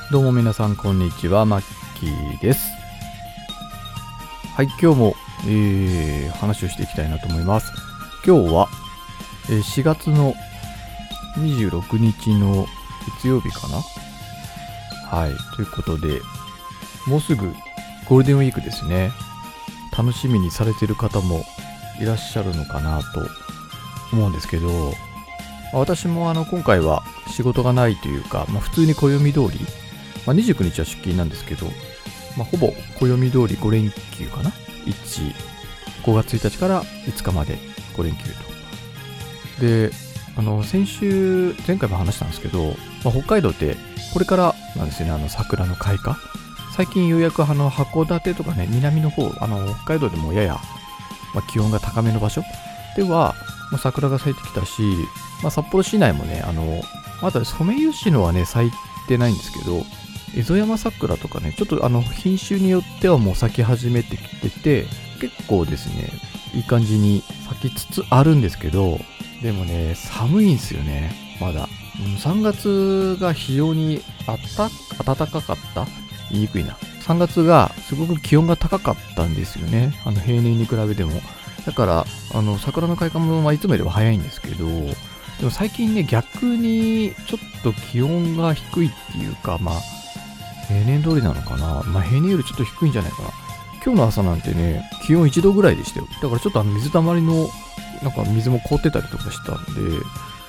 どうも皆さんこんにちは、マッキーです。はい、今日も、話をしていきたいなと思います。今日は、4月の26日の月曜日かな。はい、ということで、もうすぐゴールデンウィークですね。楽しみにされている方もいらっしゃるのかなと思うんですけど、私も今回は仕事がないというか、普通に暦通り、29日は出勤なんですけど、ほぼ暦通り5連休かな。5月1日から5日まで5連休と。で、先週、前回も話したんですけど、北海道ってこれからなんですよね、桜の開花。最近ようやく函館とかね、南の方、北海道でもやや、気温が高めの場所では、もう桜が咲いてきたし、札幌市内もね、まだソメイヨシノはね、咲いてないんですけど、エゾヤマ桜とかね、ちょっと品種によってはもう咲き始めてきてて、結構ですね、いい感じに咲きつつあるんですけど、でもね、寒いんですよね、まだ。3月が非常に暖かかった？言いにくいな。3月がすごく気温が高かったんですよね。平年に比べても。だから、桜の開花もいつもよりは早いんですけど、でも最近ね、逆にちょっと気温が低いっていうか、平年通りなのかな。平年よりちょっと低いんじゃないかな。今日の朝なんてね、気温1度ぐらいでしたよ。だからちょっと水たまりの、水も凍ってたりとかしたんで、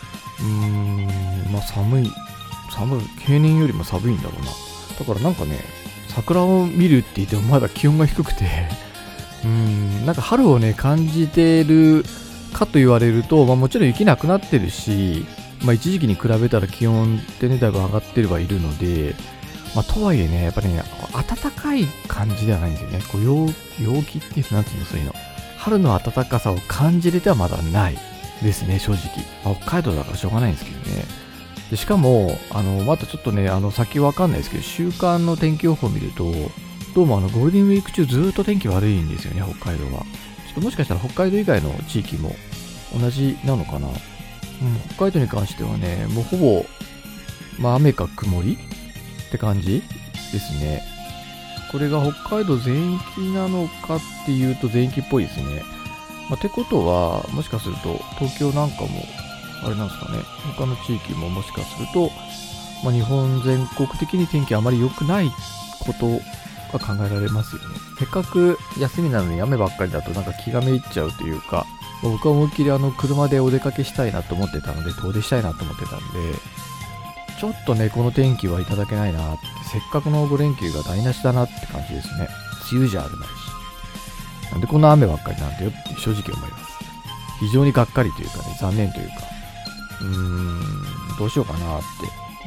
寒い。平年よりも寒いんだろうな。だから桜を見るって言ってもまだ気温が低くて、春をね、感じてるかと言われると、もちろん雪なくなってるし、一時期に比べたら気温ってね、だいぶ上がってればいるので、とはいえね、やっぱりね、暖かい感じではないんですよね。陽気っていう、なんていうの、そういうの。春の暖かさを感じれてはまだないですね、正直。北海道だからしょうがないんですけどね。でしかも、またちょっとね、先わかんないですけど、週間の天気予報を見ると、どうもゴールデンウィーク中ずっと天気悪いんですよね、北海道は。ちょっともしかしたら北海道以外の地域も同じなのかな。北海道に関してはね、もうほぼ、雨か曇りって感じですね。これが北海道全域なのかっていうと全域っぽいですね。ってことは、もしかすると東京なんかも、あれなんですかね、他の地域ももしかすると、日本全国的に天気あまり良くないことが考えられますよね。せっかく休みなのに雨ばっかりだと気がめいっちゃうというか、僕は思いっきり車でお出かけしたいなと思ってたので、遠出したいなと思ってたんで、ちょっとね、この天気はいただけないなって、せっかくの5連休が台無しだなって感じですね。梅雨じゃあるまいし。なんでこんな雨ばっかりなんだよって正直思います。非常にがっかりというかね、残念というか、どうしようかなって。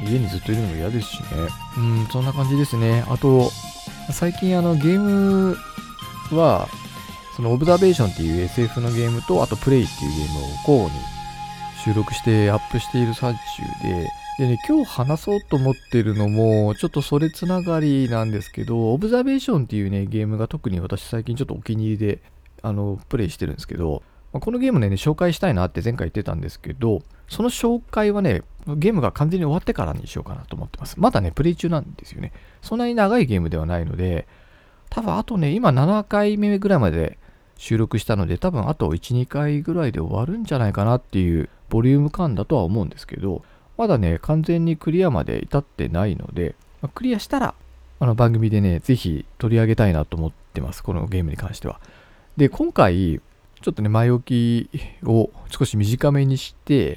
家にずっといるのも嫌ですしね。そんな感じですね。あと、最近ゲームは、そのオブザベーションっていう SF のゲームと、あとプレイっていうゲームを交互に収録してアップしている最中でね、今日話そうと思ってるのも、ちょっとそれつながりなんですけど、オブザベーションっていうね、ゲームが特に私最近ちょっとお気に入りで、プレイしてるんですけど、このゲームね、紹介したいなって前回言ってたんですけど、その紹介はね、ゲームが完全に終わってからにしようかなと思ってます。まだね、プレイ中なんですよね。そんなに長いゲームではないので、多分あとね、今7回目ぐらいまで収録したので、多分あと1、2回ぐらいで終わるんじゃないかなっていうボリューム感だとは思うんですけど、まだね、完全にクリアまで至ってないので、クリアしたら、番組でね、ぜひ取り上げたいなと思ってます。このゲームに関しては。で、今回、ちょっとね、前置きを少し短めにして、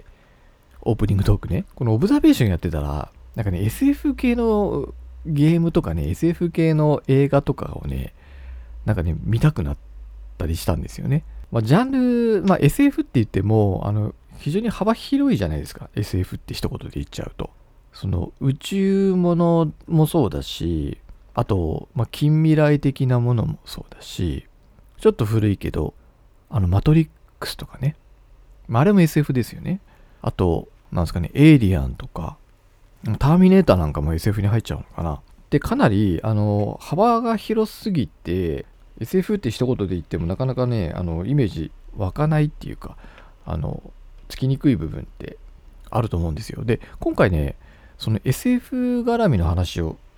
オープニングトークね、このオブザベーションやってたら、SF 系のゲームとかね、SF 系の映画とかをね、見たくなったりしたんですよね。ジャンル、SF って言っても、非常に幅広いじゃないですか。SF って一言で言っちゃうと。その宇宙ものもそうだし、あと、近未来的なものもそうだし、ちょっと古いけど、マトリックスとかね。あれも SF ですよね。あと、なんですかね、エイリアンとか、ターミネーターなんかも SF に入っちゃうのかな。で、かなり、幅が広すぎて、SF って一言で言ってもなかなかね、イメージ湧かないっていうか、つきにくい部分ってあると思うんですよ。で、今回ね、その SF 絡みの話を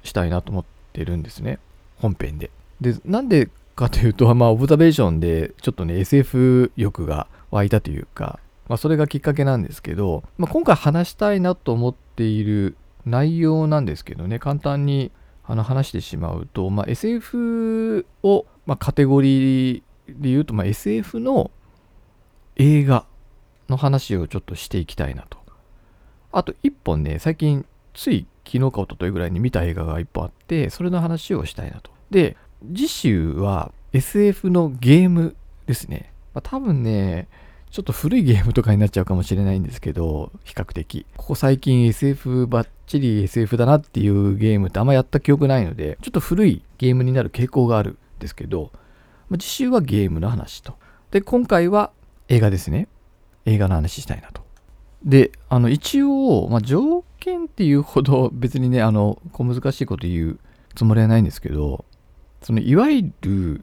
したいなと思ってるんですね、本編で。で、なんでかというと、オブザベーションでちょっとね SF 欲が湧いたというか、それがきっかけなんですけど、今回話したいなと思っている内容なんですけどね、簡単に話してしまうと、SF を、カテゴリーで言うと、SF の映画の話をちょっとしていきたいなと。あと一本ね、最近つい昨日か一昨日ぐらいに見た映画が一本あって、それの話をしたいなと。で、次週は SF のゲームですね。多分ね、ちょっと古いゲームとかになっちゃうかもしれないんですけど、比較的。ここ最近 SF バッチリ SF だなっていうゲームってあんまやった記憶ないので、ちょっと古いゲームになる傾向があるんですけど、次週はゲームの話と。で、今回は映画ですね。映画の話したいなと。で、一応、条件っていうほど別にね、小難しいこと言うつもりはないんですけど、いわゆる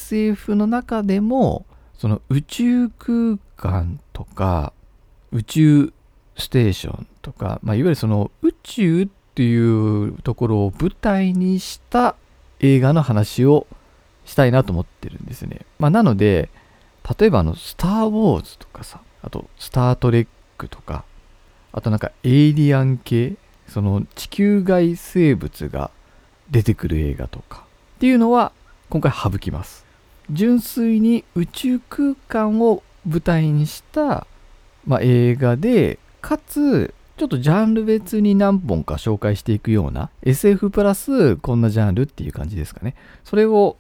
SF の中でも、宇宙空間とか宇宙ステーションとか、いわゆる宇宙っていうところを舞台にした映画の話をしたいなと思ってるんですね。なので、例えばスター・ウォーズとかさ、あとスター・トレックとか、あとエイリアン系、地球外生物が出てくる映画とかっていうのは今回省きます。純粋に宇宙空間を舞台にした、映画で、かつちょっとジャンル別に何本か紹介していくような SF プラスこんなジャンルっていう感じですかね。それを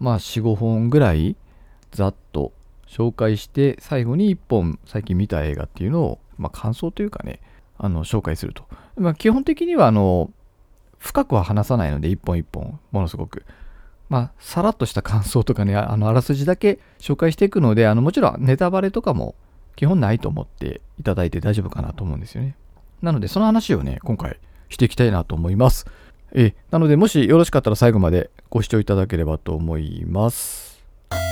4、5本ぐらいざっと紹介して、最後に1本最近見た映画っていうのを、感想というかね、紹介すると。基本的には深くは話さないので、一本一本ものすごくさらっとした感想とかね、あらすじだけ紹介していくので、もちろんネタバレとかも基本ないと思っていただいて大丈夫かなと思うんですよね。なのでその話をね、今回していきたいなと思います。なのでもしよろしかったら最後までご視聴いただければと思います。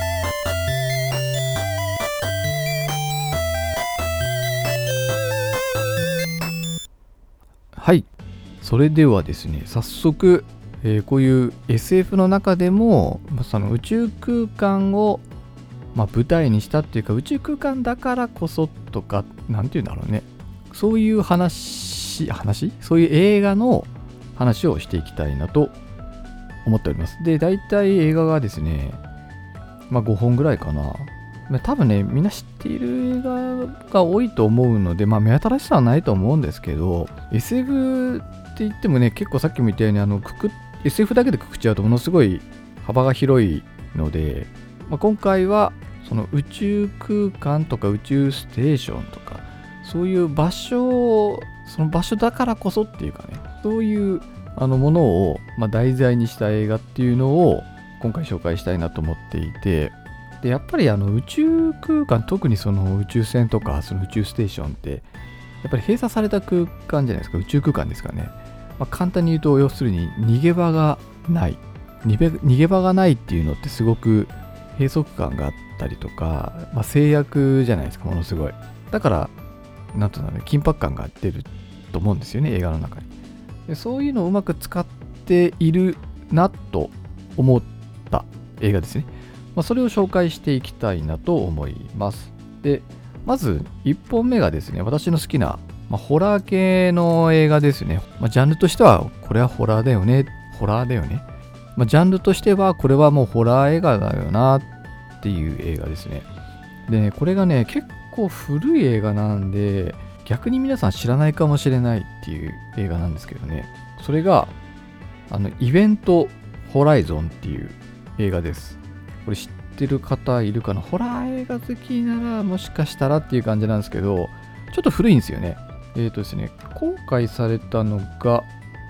はい。それではですね、早速、こういう SF の中でも宇宙空間を、舞台にしたっていうか、宇宙空間だからこそとか、なんていうんだろうね、そういうそういう映画の話をしていきたいなと思っております。で、大体映画がですね、5本ぐらいかな。多分ね、みんな知っている映画が多いと思うので、目新しさはないと思うんですけど、SF って言ってもね、結構さっきも言ったようにSF だけでくくっちゃうとものすごい幅が広いので、今回はその宇宙空間とか宇宙ステーションとか、そういう場所、その場所だからこそっていうかね、そういうものを題材にした映画っていうのを今回紹介したいなと思っていて、でやっぱり宇宙空間、特にその宇宙船とかその宇宙ステーションってやっぱり閉鎖された空間じゃないですか。宇宙空間ですかね。簡単に言うと、要するに逃げ場がないっていうのってすごく閉塞感があったりとか、制約じゃないですか、ものすごい。だからなんとなく緊迫感が出ると思うんですよね、映画の中に。でそういうのをうまく使っているなと思った映画ですね。それを紹介していきたいなと思います。で、まず1本目がですね、私の好きな、ホラー系の映画ですね。ジャンルとしてはこれはホラーだよね。ジャンルとしてはこれはもうホラー映画だよなっていう映画ですね。でね、これがね、結構古い映画なんで、逆に皆さん知らないかもしれないっていう映画なんですけどね。それがイベントホライゾンっていう映画です。これ知ってる方いるかな。ホラー映画好きならもしかしたらっていう感じなんですけど、ちょっと古いんですよね。ですね、公開されたのが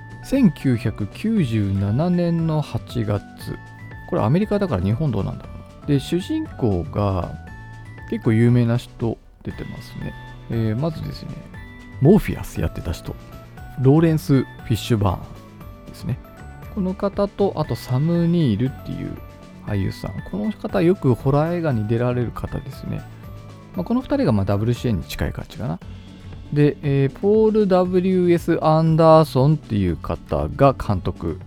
1997年の8月。これアメリカだから日本どうなんだろうな。で、主人公が結構有名な人出てますね。まずですね、モーフィアスやってた人、ローレンス・フィッシュバーンですね。この方と、あとサム・ニールっていう俳優さん。この方よくホラー映画に出られる方ですね。この2人がダブル主演に近い感じかな。で、ポール・ W.S. アンダーソンっていう方が監督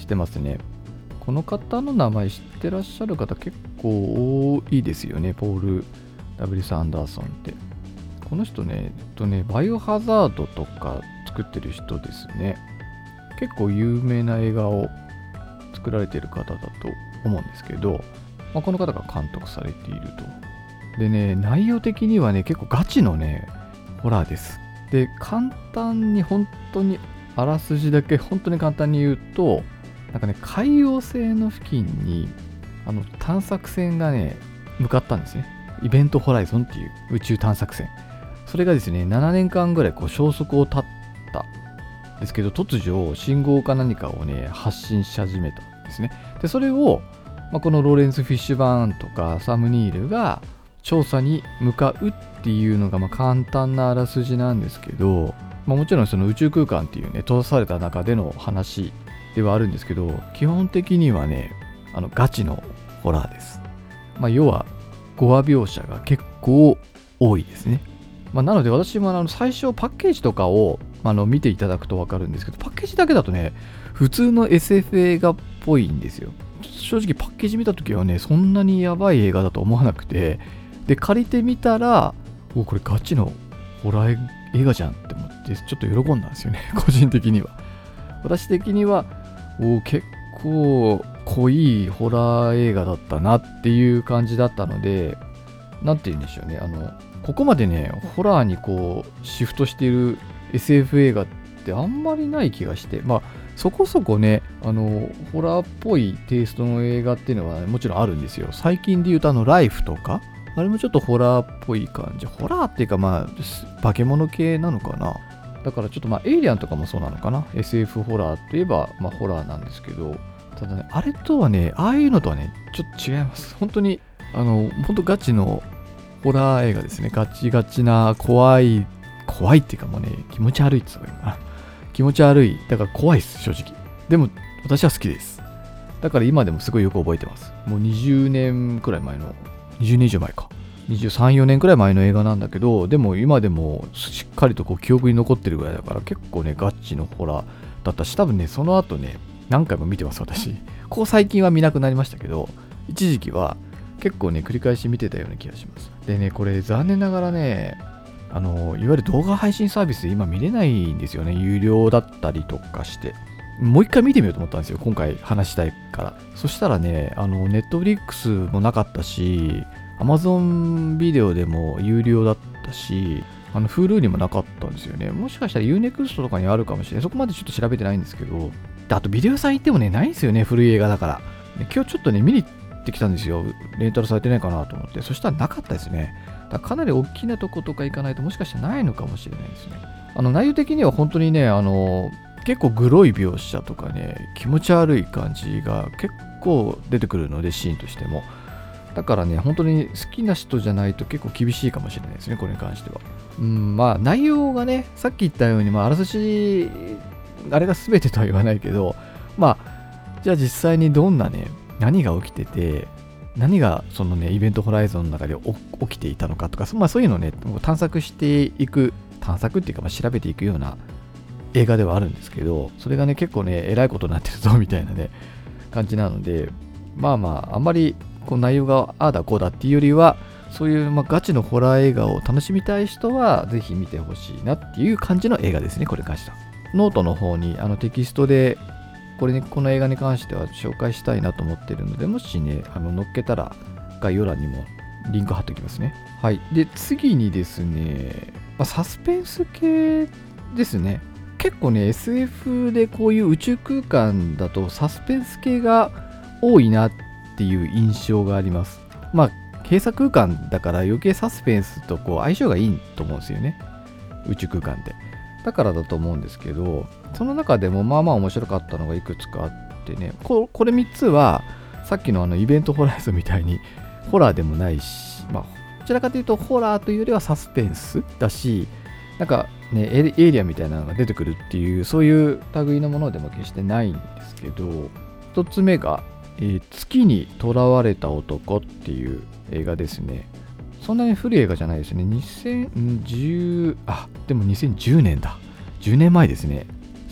してますね。この方の名前知ってらっしゃる方結構多いですよね。ポール・W.S. アンダーソンって。この人ね、バイオハザードとか作ってる人ですね。結構有名な映画を作られている方だと思うんですけど、この方が監督されていると。でね、内容的にはね、結構ガチのね、ホラーです。で、簡単に本当にあらすじだけ本当に簡単に言うと、なんかね、海洋星の付近に探索船がね、向かったんですね。イベントホライゾンっていう宇宙探索船。それがですね、7年間ぐらい消息を絶ったんですけど、突如信号か何かをね、発信し始めたんですね。で、それを、このローレンス・フィッシュバーンとかサム・ニールが調査に向かうっていうのが簡単なあらすじなんですけど、もちろんその宇宙空間っていうね、閉ざされた中での話ではあるんですけど、基本的にはね、ガチのホラーです。要はゴア描写が結構多いですね。なので私も最初パッケージとかを見ていただくと分かるんですけど、パッケージだけだとね、普通の SF 映画っぽいんですよ。正直パッケージ見た時はね、そんなにやばい映画だと思わなくて、で借りてみたら、これガチのホラー映画じゃんって思ってちょっと喜んだんですよね。個人的には。私的には結構濃いホラー映画だったなっていう感じだったので、なんて言うんでしょうね、ここまでねホラーにシフトしている SF 映画ってあんまりない気がして、そこそこねホラーっぽいテイストの映画っていうのはもちろんあるんですよ。最近で言うとライフとか、あれもちょっとホラーっぽい感じ。ホラーっていうか化け物系なのかな。だからちょっとエイリアンとかもそうなのかな。SF ホラーといえばホラーなんですけど、ただね、あれとはね、ああいうのとはね、ちょっと違います。本当に、本当ガチのホラー映画ですね。ガチガチな怖いっていうか気持ち悪いって言った方がいいかな。気持ち悪い。だから怖いです、正直。でも、私は好きです。だから今でもすごいよく覚えてます。もう20年くらい前の、20年以上前か。23、4年くらい前の映画なんだけど、でも今でもしっかりと記憶に残ってるぐらいだから、結構ね、ガチのホラーだったし、多分ね、その後ね、何回も見てます、私。最近は見なくなりましたけど、一時期は結構ね、繰り返し見てたような気がします。でね、これ残念ながらね、いわゆる動画配信サービスで今見れないんですよね。有料だったりとかして。もう一回見てみようと思ったんですよ。今回話したいから。そしたらね、ネットフリックスもなかったし、Amazon ビデオでも有料だったし、Hulu にもなかったんですよね。もしかしたら Unext とかにあるかもしれない。そこまでちょっと調べてないんですけど、あとビデオ屋さん行ってもね、ないんですよね。古い映画だから。今日ちょっとね、見に行ってきたんですよ。レンタルされてないかなと思って。そしたらなかったですね。だからかなり大きなとことか行かないともしかしたらないのかもしれないですね。内容的には本当にね、結構グロい描写とかね、気持ち悪い感じが結構出てくるので、シーンとしても。だからね、本当に好きな人じゃないと結構厳しいかもしれないですね、これに関しては。内容がね、さっき言ったように、あらすじ、あれが全てとは言わないけど、じゃあ実際にどんなね、何が起きてて、何がそのね、イベントホライゾンの中で起きていたのかとか、そういうのをね、探索していく、探索っていうか、調べていくような映画ではあるんですけど、それがね、結構ね、えらいことになってるぞ、みたいなね、感じなので、あんまり、内容がああだこうだっていうよりは、そういう、ガチのホラー映画を楽しみたい人は、ぜひ見てほしいなっていう感じの映画ですね、これに関しては。ノートの方にテキストで、この映画に関しては紹介したいなと思ってるので、もしね、載っけたら概要欄にもリンク貼っておきますね。はい。で、次にですね、サスペンス系ですね。結構ね、SF でこういう宇宙空間だとサスペンス系が多いなっていう印象があります。閉鎖空間だから余計サスペンスと相性がいいと思うんですよね。宇宙空間って。だからだと思うんですけど、その中でも面白かったのがいくつかあってね、これ3つはさっきのイベントホライゾンみたいにホラーでもないし、どちらかというとホラーというよりはサスペンスだし、なんかね、エイリアンみたいなのが出てくるっていう、そういう類のものでも決してないんですけど、1つ目が、月に囚われた男っていう映画ですね。そんなに古い映画じゃないですね。でも2010年だ。10年前ですね。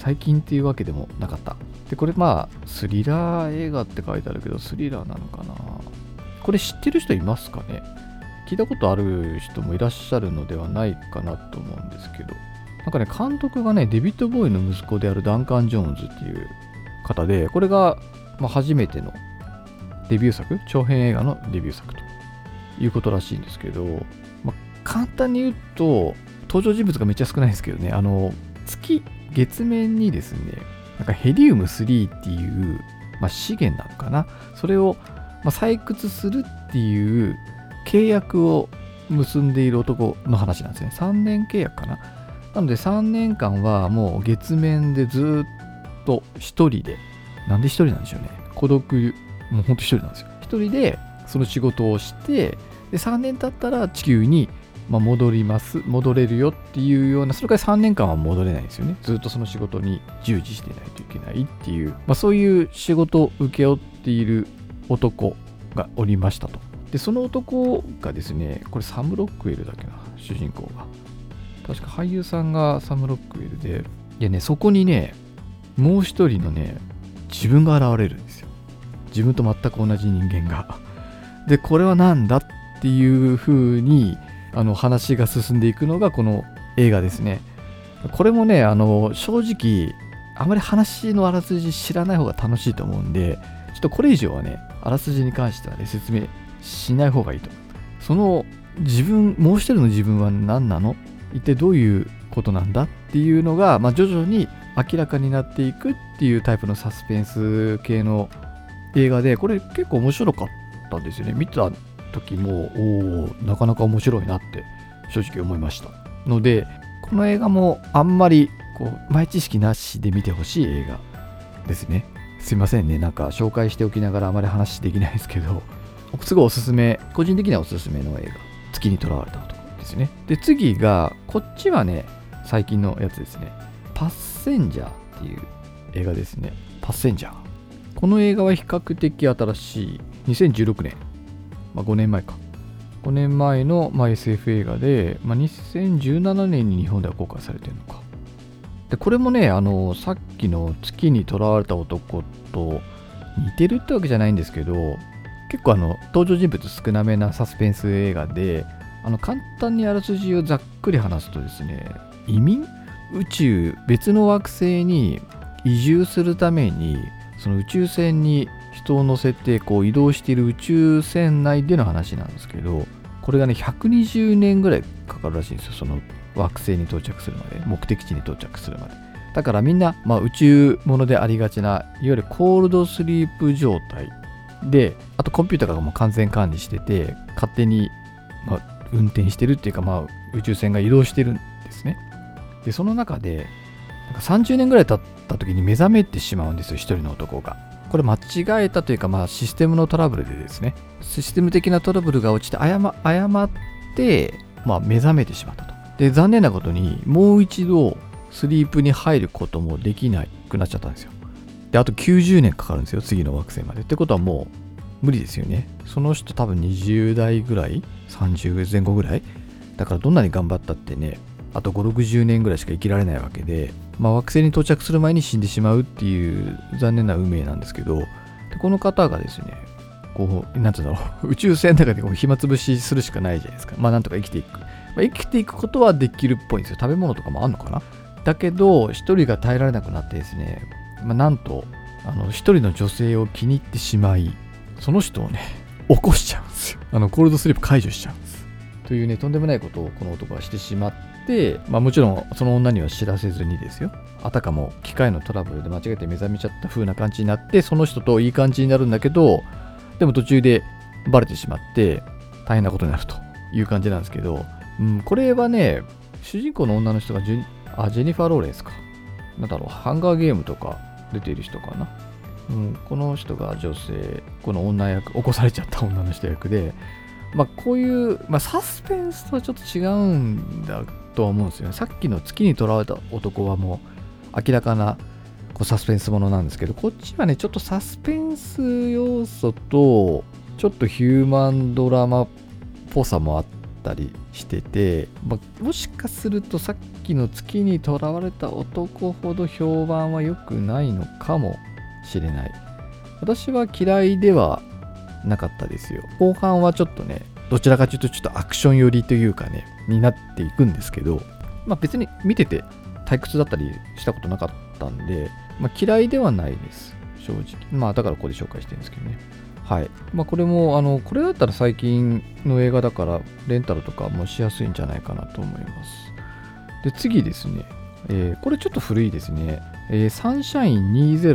最近っていうわけでもなかった。でこれスリラー映画って書いてあるけど、スリラーなのかな。これ知ってる人いますかね。聞いたことある人もいらっしゃるのではないかなと思うんですけど、なんかね、監督がね、デビッド・ボーイの息子であるダンカン・ジョーンズっていう方で、これが初めてのデビュー作、長編映画のデビュー作ということらしいんですけど、簡単に言うと、登場人物がめっちゃ少ないんですけどね、月面にですね、なんかヘリウム3っていう、資源なのかな、それを採掘するっていう契約を結んでいる男の話なんですね。3年契約かな。なので3年間はもう月面でずっと一人で、なんで一人なんでしょうね。孤独、もうほんと一人なんですよ。一人でその仕事をして、で3年経ったら地球に戻れるよっていうような、それから3年間は戻れないんですよね。ずっとその仕事に従事してないといけないっていう、そういう仕事を請け負っている男がおりましたと。でその男がですね、これサム・ロックウェルだっけな、主人公が確か俳優さんがサム・ロックウェルで、ね、そこにね、もう一人のね、自分が現れるんですよ。自分と全く同じ人間が。でこれはなんだっていう風に話が進んでいくのがこの映画ですね。これもね、正直あまり話のあらすじ知らない方が楽しいと思うんで、ちょっとこれ以上はね、あらすじに関してはね、説明しない方がいいと思う。そのもう一人の自分は何なの、一体どういうことなんだっていうのが、徐々に明らかになっていくっていうタイプのサスペンス系の映画で、これ結構面白かったんですよね。見た時もなかなか面白いなって正直思いましたので、この映画もあんまり前知識なしで見てほしい映画ですね。すいませんね、なんか紹介しておきながらあまり話できないですけど、すごいおすすめ、個人的にはおすすめの映画、月に囚われた男ですね。で次がこっちはね、最近のやつですね。パッセンジャーっていう映画ですね。パッセンジャー、この映画は比較的新しい2016年、5年前か。5年前の、SF 映画で、2017年に日本では公開されてるのか。で、これもね、さっきの月に囚われた男と似てるってわけじゃないんですけど、結構登場人物少なめなサスペンス映画で、簡単にあらすじをざっくり話すとですね、移民？宇宙、別の惑星に移住するために、その宇宙船に人を乗せて移動している宇宙船内での話なんですけど、これがね、120年ぐらいかかるらしいんですよ。その惑星に到着するまで、目的地に到着するまで。だからみんな、宇宙ものでありがちな、いわゆるコールドスリープ状態で、あとコンピューターがもう完全管理してて、勝手に、運転してるっていうか、宇宙船が移動してるんですね。でその中でなんか30年ぐらい経った時に目覚めてしまうんですよ、一人の男が。これ間違えたというか、システムのトラブルでですね、システム的なトラブルが落ちて誤って、目覚めてしまったと。で残念なことにもう一度スリープに入ることもできなくなっちゃったんですよ。であと90年かかるんですよ、次の惑星まで。ってことはもう無理ですよね。その人多分20代ぐらい、30前後ぐらいだから、どんなに頑張ったってね、あと5、60年ぐらいしか生きられないわけで、惑星に到着する前に死んでしまうっていう残念な運命なんですけど、でこの方がですね、なんていうんだろう、宇宙船の中で暇つぶしするしかないじゃないですか。なんとか生きていく。生きていくことはできるっぽいんですよ。食べ物とかもあんのかな。だけど、一人が耐えられなくなってですね、なんと、一人の女性を気に入ってしまい、その人をね、起こしちゃうんですよ。コールドスリープ解除しちゃうんです。というね、とんでもないことをこの男はしてしまって、もちろんその女には知らせずにですよ。あたかも機械のトラブルで間違えて目覚めちゃった風な感じになって、その人といい感じになるんだけど、でも途中でバレてしまって大変なことになるという感じなんですけど、これはね、主人公の女の人がジェニファー・ローレンスか。なんだろう、ハンガーゲームとか出ている人かな。この人が女性、この女役、起こされちゃった女の人役で、こういう、サスペンスとはちょっと違うんだとは思うんですよね。さっきの月に囚われた男はもう明らかなサスペンスものなんですけど、こっちはね、ちょっとサスペンス要素と、ちょっとヒューマンドラマっぽさもあったりしてて、もしかするとさっきの月にとらわれた男ほど評判は良くないのかもしれない。私は嫌いではなかったですよ。後半はちょっとね、どちらかというとちょっとアクション寄りというかね、になっていくんですけど、別に見てて退屈だったりしたことなかったんで、嫌いではないです、正直。だからここで紹介してるんですけどね。はい。これも、これだったら最近の映画だから、レンタルとかもしやすいんじゃないかなと思います。で、次ですね。これちょっと古いですね。サンシャイン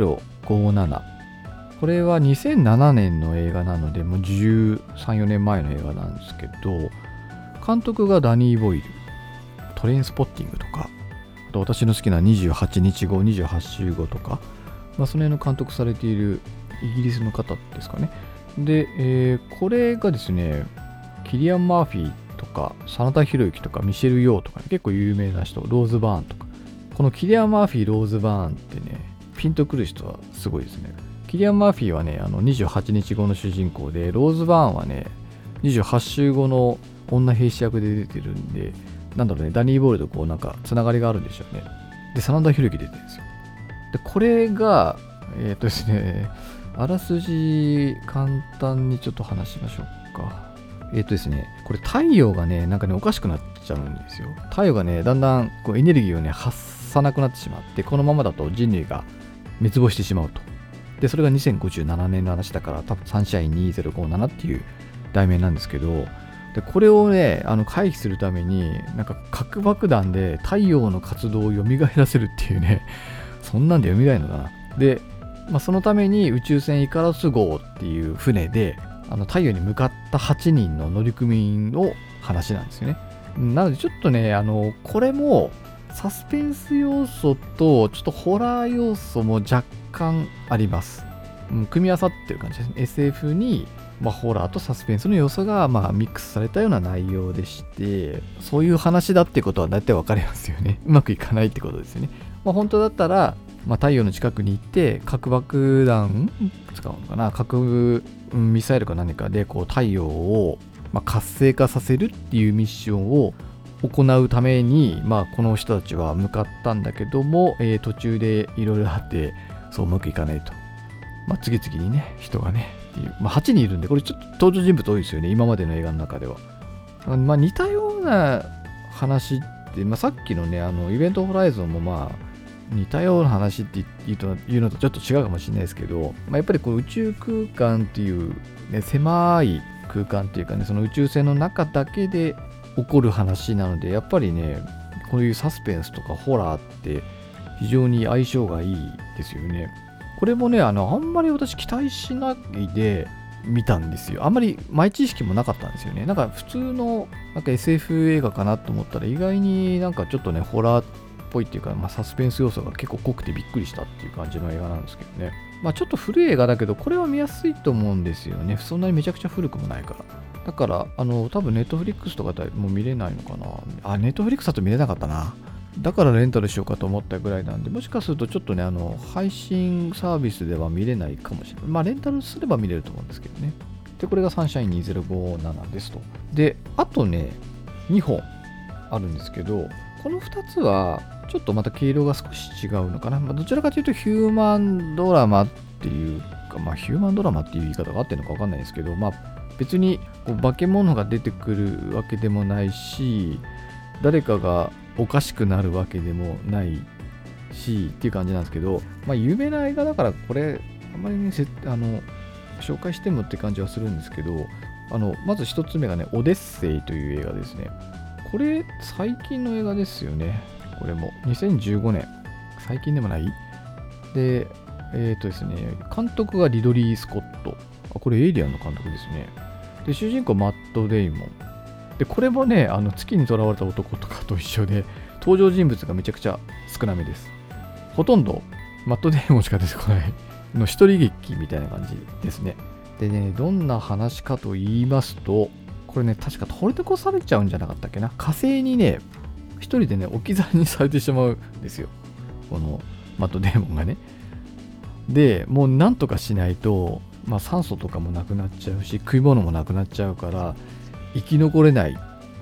2057。これは2007年の映画なので、もう13、4年前の映画なんですけど、監督がダニー・ボイル。トレインスポッティングとか、あと私の好きな28日後、28週後とか、その辺の監督されているイギリスの方ですかね。で、これがですね、キリアン・マーフィーとか、真田広之とか、ミシェル・ヨーとか、結構有名な人、ローズ・バーンとか。このキリアン・マーフィー、ローズ・バーンってね、ピンとくる人はすごいですね。キリアン・マーフィーはね、28日後の主人公で、ローズ・バーンはね、28週後の女兵士役で出てるんで、ダニー・ボールとつながりがあるんでしょうね。で、真田広之出てるんですよ。で、これが、ですね、あらすじ簡単にちょっと話しましょうか。ですね、これ太陽がね、おかしくなっちゃうんですよ。太陽がね、だんだんエネルギーをね、発さなくなってしまって、このままだと人類が滅亡してしまうと。で、それが2057年の話だから、多分サンシャイン2057っていう題名なんですけど、でこれをね、回避するために、核爆弾で太陽の活動を蘇らせるっていうね、そんなんで蘇るのかな。で、そのために宇宙船イカロス号っていう船で、太陽に向かった8人の乗組員の話なんですよね。なのでちょっとね、これもサスペンス要素とちょっとホラー要素も若干あります。組み合わさってる感じですね。SF にホラーとサスペンスの要素がミックスされたような内容でして、そういう話だってことは大体わかりますよね。うまくいかないってことですよね。本当だったら、太陽の近くに行って核爆弾使うのかな、核ミサイルか何かで太陽を活性化させるっていうミッションを行うために、この人たちは向かったんだけども、途中でいろいろあってそううまくいかないと。次々にね、人がねっていう、8人いるんで、これちょっと登場人物多いですよね、今までの映画の中では。似たような話って、さっきのね、イベントホライゾンも似たような話っていうのとちょっと違うかもしれないですけど、やっぱり宇宙空間っていう、ね、狭い空間っていうかね、その宇宙船の中だけで起こる話なので、やっぱりね、こういうサスペンスとかホラーって非常に相性がいいですよね。これもね、あんまり私期待しないで見たんですよ。あんまり前知識もなかったんですよね。普通のSF 映画かなと思ったら、意外にちょっとね、ホラーっぽいっていうか、サスペンス要素が結構濃くてびっくりしたっていう感じの映画なんですけどね。ちょっと古い映画だけど、これは見やすいと思うんですよね。そんなにめちゃくちゃ古くもないから。だから、多分ネットフリックスとかでも見れないのかな。ネットフリックスだと見れなかったな。だからレンタルしようかと思ったぐらいなんで、もしかするとちょっとね、配信サービスでは見れないかもしれない。レンタルすれば見れると思うんですけどね。で、これがサンシャイン2057ですと。で、あとね、2本あるんですけど、この2つは、ちょっとまた毛色が少し違うのかな。どちらかというとヒューマンドラマっていうか、ヒューマンドラマっていう言い方が合ってるのか分かんないですけど、別に化け物が出てくるわけでもないし、誰かがおかしくなるわけでもないしっていう感じなんですけど、有名な映画だからこれあんまりね、紹介してもって感じはするんですけど、まず一つ目がね、オデッセイという映画ですね。これ最近の映画ですよね。これも2015年、最近でもないで、ですね、監督がリドリー・スコット。これエイリアンの監督ですね。で、主人公マット・デイモン。で、これもね、月に囚われた男とかと一緒で、登場人物がめちゃくちゃ少なめです。ほとんどマット・デイモンしか出てこないの一人劇みたいな感じですね。でね、どんな話かと言いますと、これね、確か取り残されちゃうんじゃなかったっけな。火星にね、一人でね、置き去りにされてしまうんですよ。このマット・デーモンがね。で、もうなんとかしないと、酸素とかもなくなっちゃうし、食い物もなくなっちゃうから、生き残れない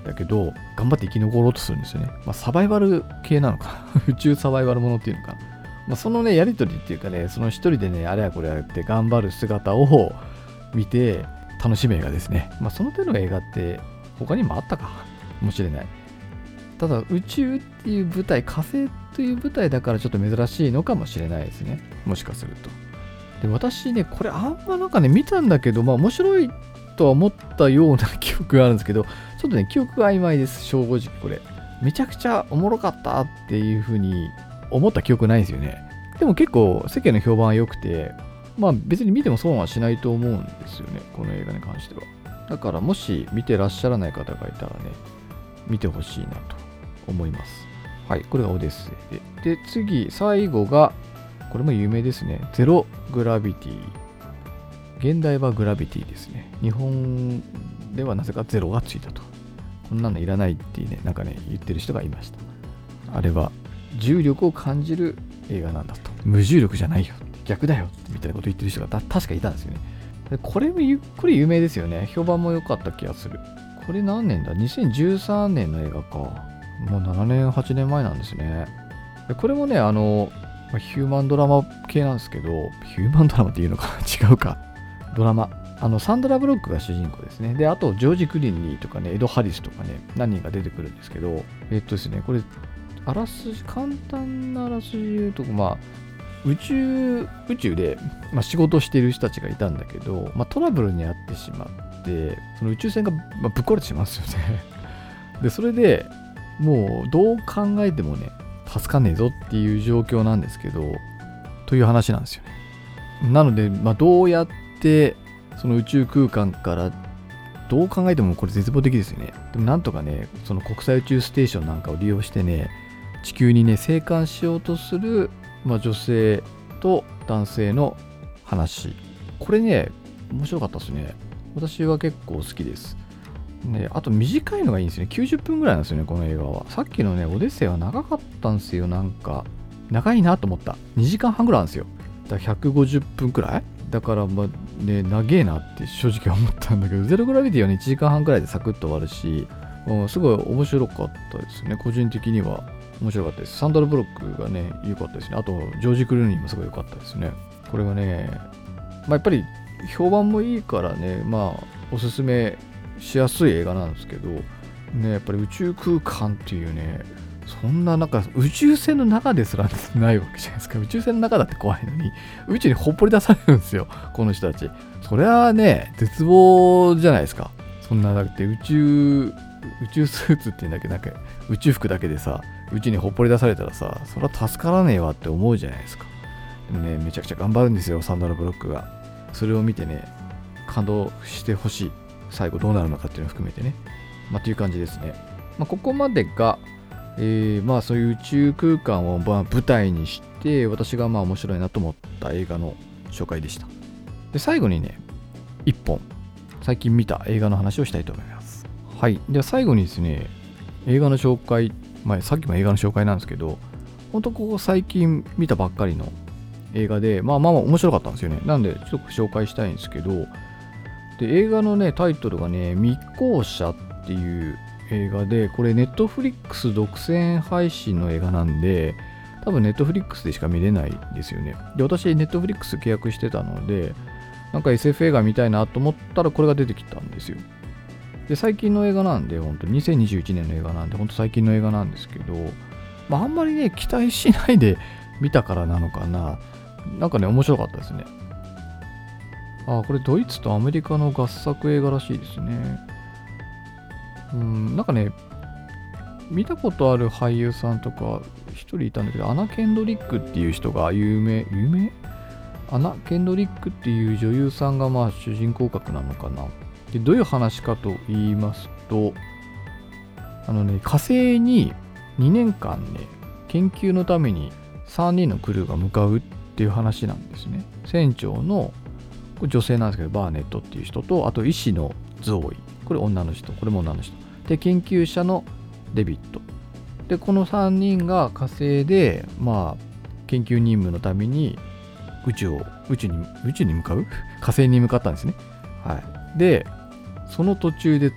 だけど頑張って生き残ろうとするんですよね。サバイバル系なのかな宇宙サバイバルものっていうのかな。そのねやりとりっていうかね、その一人でねあれやこれやって頑張る姿を見て楽しむ映画ですね。その手の映画って他にもあったかもしれない。ただ宇宙っていう舞台、火星という舞台だからちょっと珍しいのかもしれないですね、もしかすると。で私ねこれあんまなんかね見たんだけど面白いとは思ったような記憶があるんですけど、ちょっとね記憶が曖昧です。正直これめちゃくちゃおもろかったっていう風に思った記憶ないんですよね。でも結構世間の評判は良くて、別に見ても損はしないと思うんですよね、この映画に関しては。だからもし見てらっしゃらない方がいたらね見てほしいなと思います。はい、これがオデッセイで。で次最後がこれも有名ですね、ゼログラビティ。現代はグラビティですね。日本ではなぜかゼロがついたと。こんなのいらないってね、なんかね言ってる人がいました。あれは重力を感じる映画なんだと。無重力じゃないよ、逆だよみたいなこと言ってる人が確かいたんですよね。でこれ有名ですよね。評判も良かった気がする。これ何年だ ?2013 年の映画か。もう7年8年前なんですね。でこれもねヒューマンドラマ系なんですけど、ヒューマンドラマっていうのか違うか、ドラマ。サンドラ・ブロックが主人公ですね。であとジョージ・クリンリーとかね、エド・ハリスとかね、何人か出てくるんですけど、ですねこれ簡単なあらすじ言うと、宇宙で、仕事をしている人たちがいたんだけど、トラブルに遭ってしまって、その宇宙船が、ぶっ壊れてしまうんですよね。でそれでもうどう考えてもね助かんねえぞっていう状況なんですけど、という話なんですよね。なので、どうやってその宇宙空間からどう考えてもこれ絶望的ですよね。でもなんとかねその国際宇宙ステーションなんかを利用してね、地球にね生還しようとする、女性と男性の話。これね面白かったですね。私は結構好きですね。あと短いのがいいんですね。90分ぐらいなんですよね、この映画は。さっきのねオデッセイは長かったんですよ。なんか長いなと思った。2時間半ぐらいなんですよ。だから150分くらいだから長えなって正直思ったんだけど、ゼログラビティはね1時間半くらいでサクッと終わるし、すごい面白かったですね。個人的には面白かったです。サンドラ・ブロックがね良かったですね。あとジョージ・クルーニーもすごい良かったですね。これがねやっぱり評判もいいからね、おすすめしやすい映画なんですけどね。やっぱり宇宙空間っていうね、そんななんか宇宙船の中ですらないわけじゃないですか。宇宙船の中だって怖いのに宇宙にほっぽり出されるんですよ、この人たち。それはね絶望じゃないですか。そんなだって宇宙スーツっていうんだっけ、なんか宇宙服だけでさ宇宙にほっぽり出されたらさ、それは助からねえわって思うじゃないですか。でもねめちゃくちゃ頑張るんですよ、サンドラ・ブロックが。それを見てね感動してほしい。最後どうなるのかっていうのを含めてね、という感じですね。ここまでが、そういう宇宙空間を舞台にして私が面白いなと思った映画の紹介でした。で最後にね一本最近見た映画の話をしたいと思います。はい。では最後にですね映画の紹介、さっきも映画の紹介なんですけど、本当ここ最近見たばっかりの映画で面白かったんですよね。なんでちょっと紹介したいんですけど、で映画のねタイトルがね密航者っていう映画で、これネットフリックス独占配信の映画なんで、多分ネットフリックスでしか見れないですよね。で私ネットフリックス契約してたので、なんか SF 映画見たいなと思ったらこれが出てきたんですよ。で最近の映画なんで、本当に2021年の映画なんで本当最近の映画なんですけど、あんまりね期待しないで見たからなのかな、なんかね面白かったですね。これドイツとアメリカの合作映画らしいですね。なんかね見たことある俳優さんとか一人いたんだけど、アナ・ケンドリックっていう人が有名アナ・ケンドリックっていう女優さんが主人公格なのかな。でどういう話かと言いますと、火星に2年間ね研究のために3人のクルーが向かうっていう話なんですね。船長のこれ女性なんですけどバーネットっていう人と、あと医師のゾーイ、これ女の人、これも女の人で、研究者のデビットで、この3人が火星で研究任務のために宇宙に向かう火星に向かったんですね。はい。でその途中で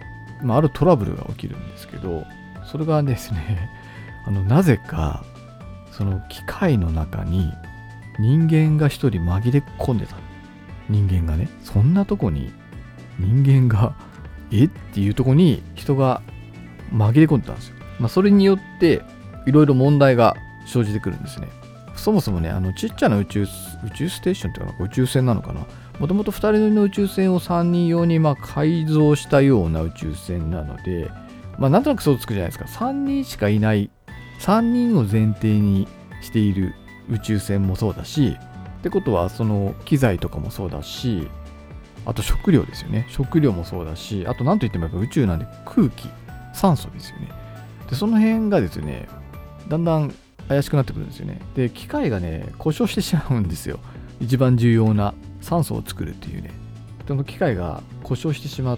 あるトラブルが起きるんですけど、それがですねなぜかその機械の中に人間が一人紛れ込んでた。人間がね、そんなとこに人間がっていうとこに人が紛れ込んでたんですよ。それによっていろいろ問題が生じてくるんですね。そもそもね、ちっちゃな宇宙ステーションっていうのか宇宙船なのかな、もともと2人乗りの宇宙船を3人用に改造したような宇宙船なので、なんとなく想像つくじゃないですか。3人しかいない、3人を前提にしている宇宙船もそうだし、ってことはその機材とかもそうだし、あと食料ですよね。食料もそうだし、あと何と言ってもやっぱ宇宙なんで空気、酸素ですよね。で、その辺がですね、だんだん怪しくなってくるんですよね。で、機械がね、故障してしまうんですよ。一番重要な酸素を作るっていうね。その機械が故障してしまって、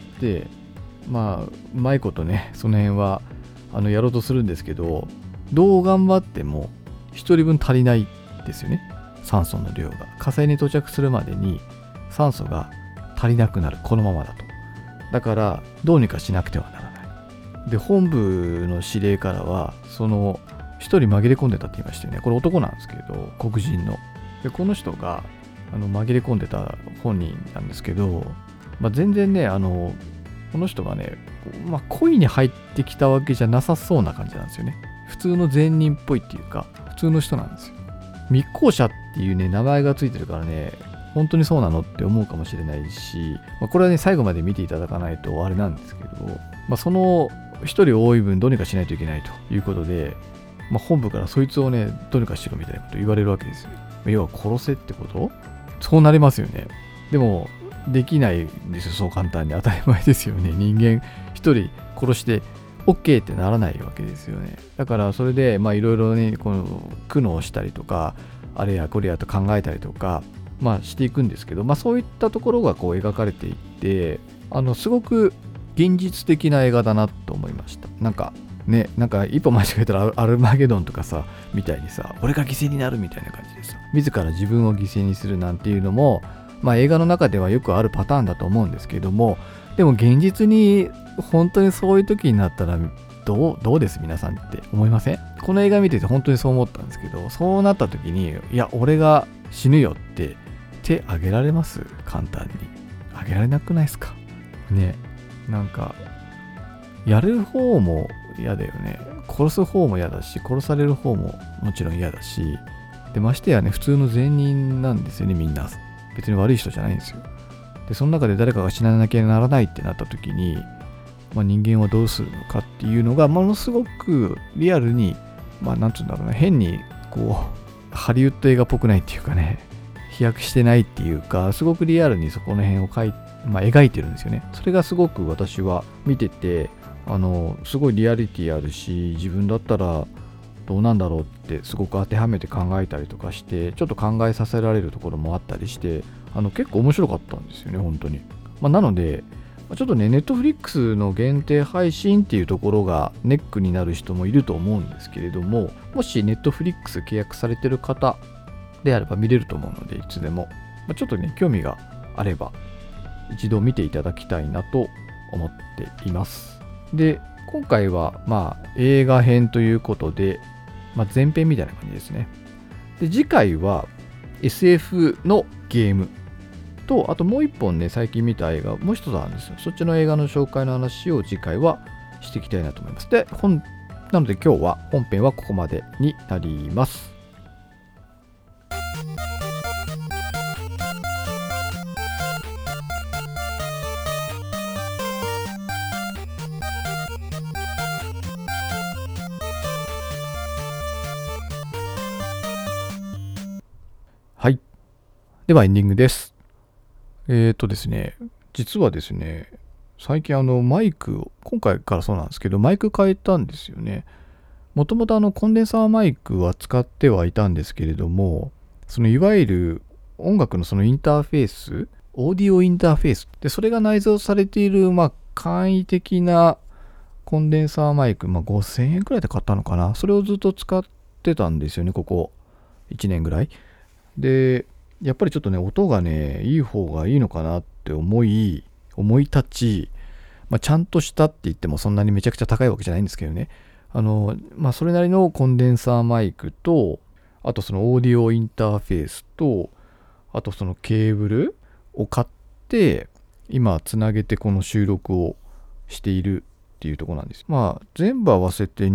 うまいことね、その辺はやろうとするんですけど、どう頑張っても1人分足りないですよね。酸素の量が。火星に到着するまでに酸素が足りなくなる。このままだと。だから、どうにかしなくてはならない。で、本部の司令からは、その、一人紛れ込んでたって言いましたよね。これ男なんですけど、黒人の。で、この人が、紛れ込んでた本人なんですけど、全然ね、この人がね、恋に入ってきたわけじゃなさそうな感じなんですよね。普通の善人っぽいっていうか、普通の人なんですよ。密航者っていうね、名前がついてるからね、本当にそうなのって思うかもしれないし、これはね、最後まで見ていただかないとあれなんですけど、その一人多い分どうにかしないといけないということで、本部からそいつをね、どうにかしろみたいなこと言われるわけですよ。要は殺せってこと？そうなりますよね。でも、できないんですよ、そう簡単に。当たり前ですよね。人間一人殺して OK ってならないわけですよね。だからそれで、いろいろね、この苦悩したりとか、あれやこれやと考えたりとか、していくんですけど、そういったところがこう描かれていって、すごく現実的な映画だなと思いました。なんか一歩間違えたらアルマゲドンとかさ、みたいにさ、俺が犠牲になるみたいな感じでさ、自ら自分を犠牲にするなんていうのも、映画の中ではよくあるパターンだと思うんですけども、でも現実に本当にそういう時になったらどうです皆さんって思いません？この映画見てて本当にそう思ったんですけど、そうなった時に、いや俺が死ぬよって手挙げられます？簡単に挙げられなくないですかね。なんかやる方も嫌だよね。殺す方も嫌だし、殺される方ももちろん嫌だし、でましてやね、普通の善人なんですよね。みんな別に悪い人じゃないんですよ。でその中で誰かが死ななきゃならないってなった時に、人間はどうするのかっていうのがものすごくリアルに、なんつうんだろうな、変にこうハリウッド映画っぽくないっていうかね、飛躍してないっていうか、すごくリアルにそこの辺を描いてるんですよね。それがすごく私は見てて、すごいリアリティあるし、自分だったらどうなんだろうってすごく当てはめて考えたりとかして、ちょっと考えさせられるところもあったりして、結構面白かったんですよね、本当に。なのでちょっとね、ネットフリックスの限定配信っていうところがネックになる人もいると思うんですけれども、もしネットフリックス契約されてる方であれば見れると思うので、いつでも、ちょっとね、興味があれば一度見ていただきたいなと思っています。で、今回は映画編ということで、前編みたいな感じですね。で、次回は SF のゲームと、あともう一本ね、最近見た映画もう一つあるんですよ。そっちの映画の紹介の話を次回はしていきたいなと思います。で、なので今日は本編はここまでになります。はい。ではエンディングです。ですね、実はですね、最近マイクを、今回からそうなんですけど、マイク変えたんですよね。もともとコンデンサーマイクは使ってはいたんですけれども、そのいわゆる音楽のそのインターフェース、オーディオインターフェースで、それが内蔵されている簡易的なコンデンサーマイク、5000円くらいで買ったのかな。それをずっと使ってたんですよね、ここ1年ぐらい。で、やっぱりちょっとね、音がね、いい方がいいのかなって思い立ち、 ちゃんとしたって言ってもそんなにめちゃくちゃ高いわけじゃないんですけどね。それなりのコンデンサーマイクと、あとそのオーディオインターフェースと、あとそのケーブルを買って、今つなげてこの収録をしているっていうところなんです。全部合わせて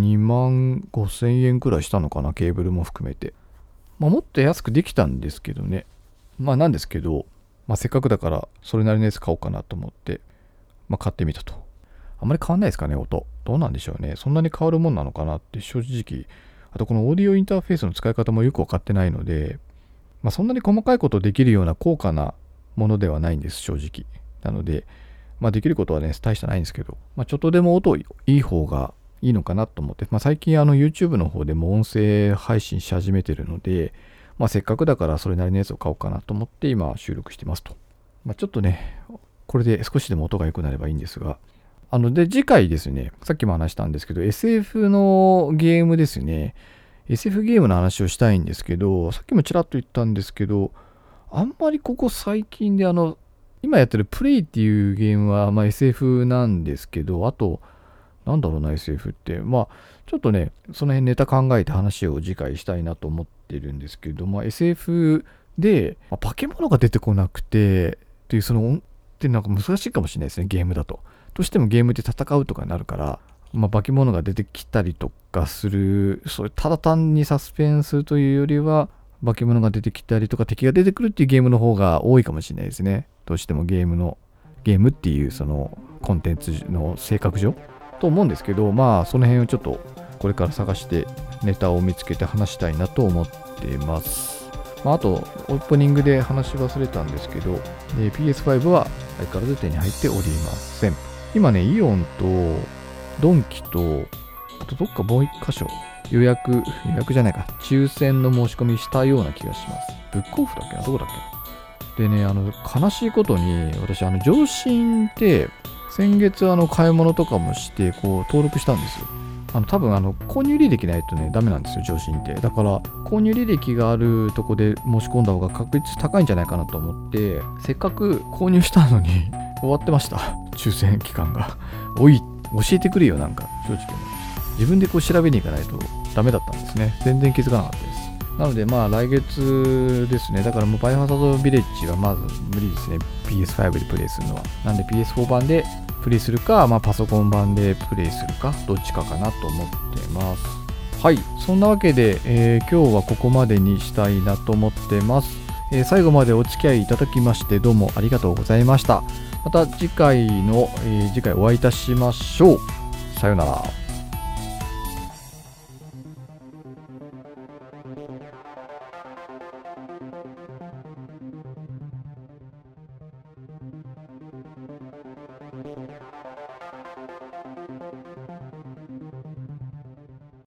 25,000円くらいしたのかな、ケーブルも含めて。もっと安くできたんですけどね。なんですけど、せっかくだからそれなりのやつ買おうかなと思って、買ってみたと。あんまり変わんないですかね、音。どうなんでしょうね。そんなに変わるもんなのかなって正直。あとこのオーディオインターフェースの使い方もよくわかってないので、そんなに細かいことできるような高価なものではないんです、正直。なので、できることはね、大したないんですけど、ちょっとでも音いい方がいいのかなと思って、最近YouTube の方でも音声配信し始めてるので、せっかくだからそれなりのやつを買おうかなと思って今収録してますと。ちょっとね、これで少しでも音が良くなればいいんですが、で、次回ですね、さっきも話したんですけど、SF のゲームですね。SF ゲームの話をしたいんですけど、さっきもちらっと言ったんですけど、あんまりここ最近で今やってるプレイっていうゲームは、SF なんですけど、あと、なんだろうな、SF って。ちょっとね、その辺ネタ考えて話を次回したいなと思ってるんですけど、SF で、化け物が出てこなくて、っていう、ってなんか難しいかもしれないですね、ゲームだと。どうしてもゲームで戦うとかになるから、化け物が出てきたりとかする、そういうただ単にサスペンスというよりは、化け物が出てきたりとか敵が出てくるっていうゲームの方が多いかもしれないですね。どうしてもゲームっていうそのコンテンツの性格上と思うんですけど、その辺をちょっとこれから探してネタを見つけて話したいなと思っています。あと、オープニングで話し忘れたんですけど、PS5 は相変わらず手に入っておりません。今ね、イオンとドンキと、あとどっかもう一箇所、予約じゃないか、抽選の申し込みしたような気がします。ブックオフだっけな、どこだっけな。でね、悲しいことに、私、上新って、先月買い物とかもして、登録したんですよ。多分購入履歴ないとね、ダメなんですよ、上新って。だから、購入履歴があるとこで申し込んだ方が確率高いんじゃないかなと思って、せっかく購入したのに、終わってました。抽選期間が。教えてくれよ、なんか、正直。自分で調べに行かないとダメだったんですね。全然気づかなかったです。なので、来月ですね。だからもうバイオハザードビレッジはまず無理ですね。PS5 でプレイするのは。なんで PS4 版でプレイするか、パソコン版でプレイするか、どっちかかなと思ってます。はい。そんなわけで、今日はここまでにしたいなと思ってます。最後までお付き合いいただきましてどうもありがとうございました。また次回お会いいたしましょう。さようなら。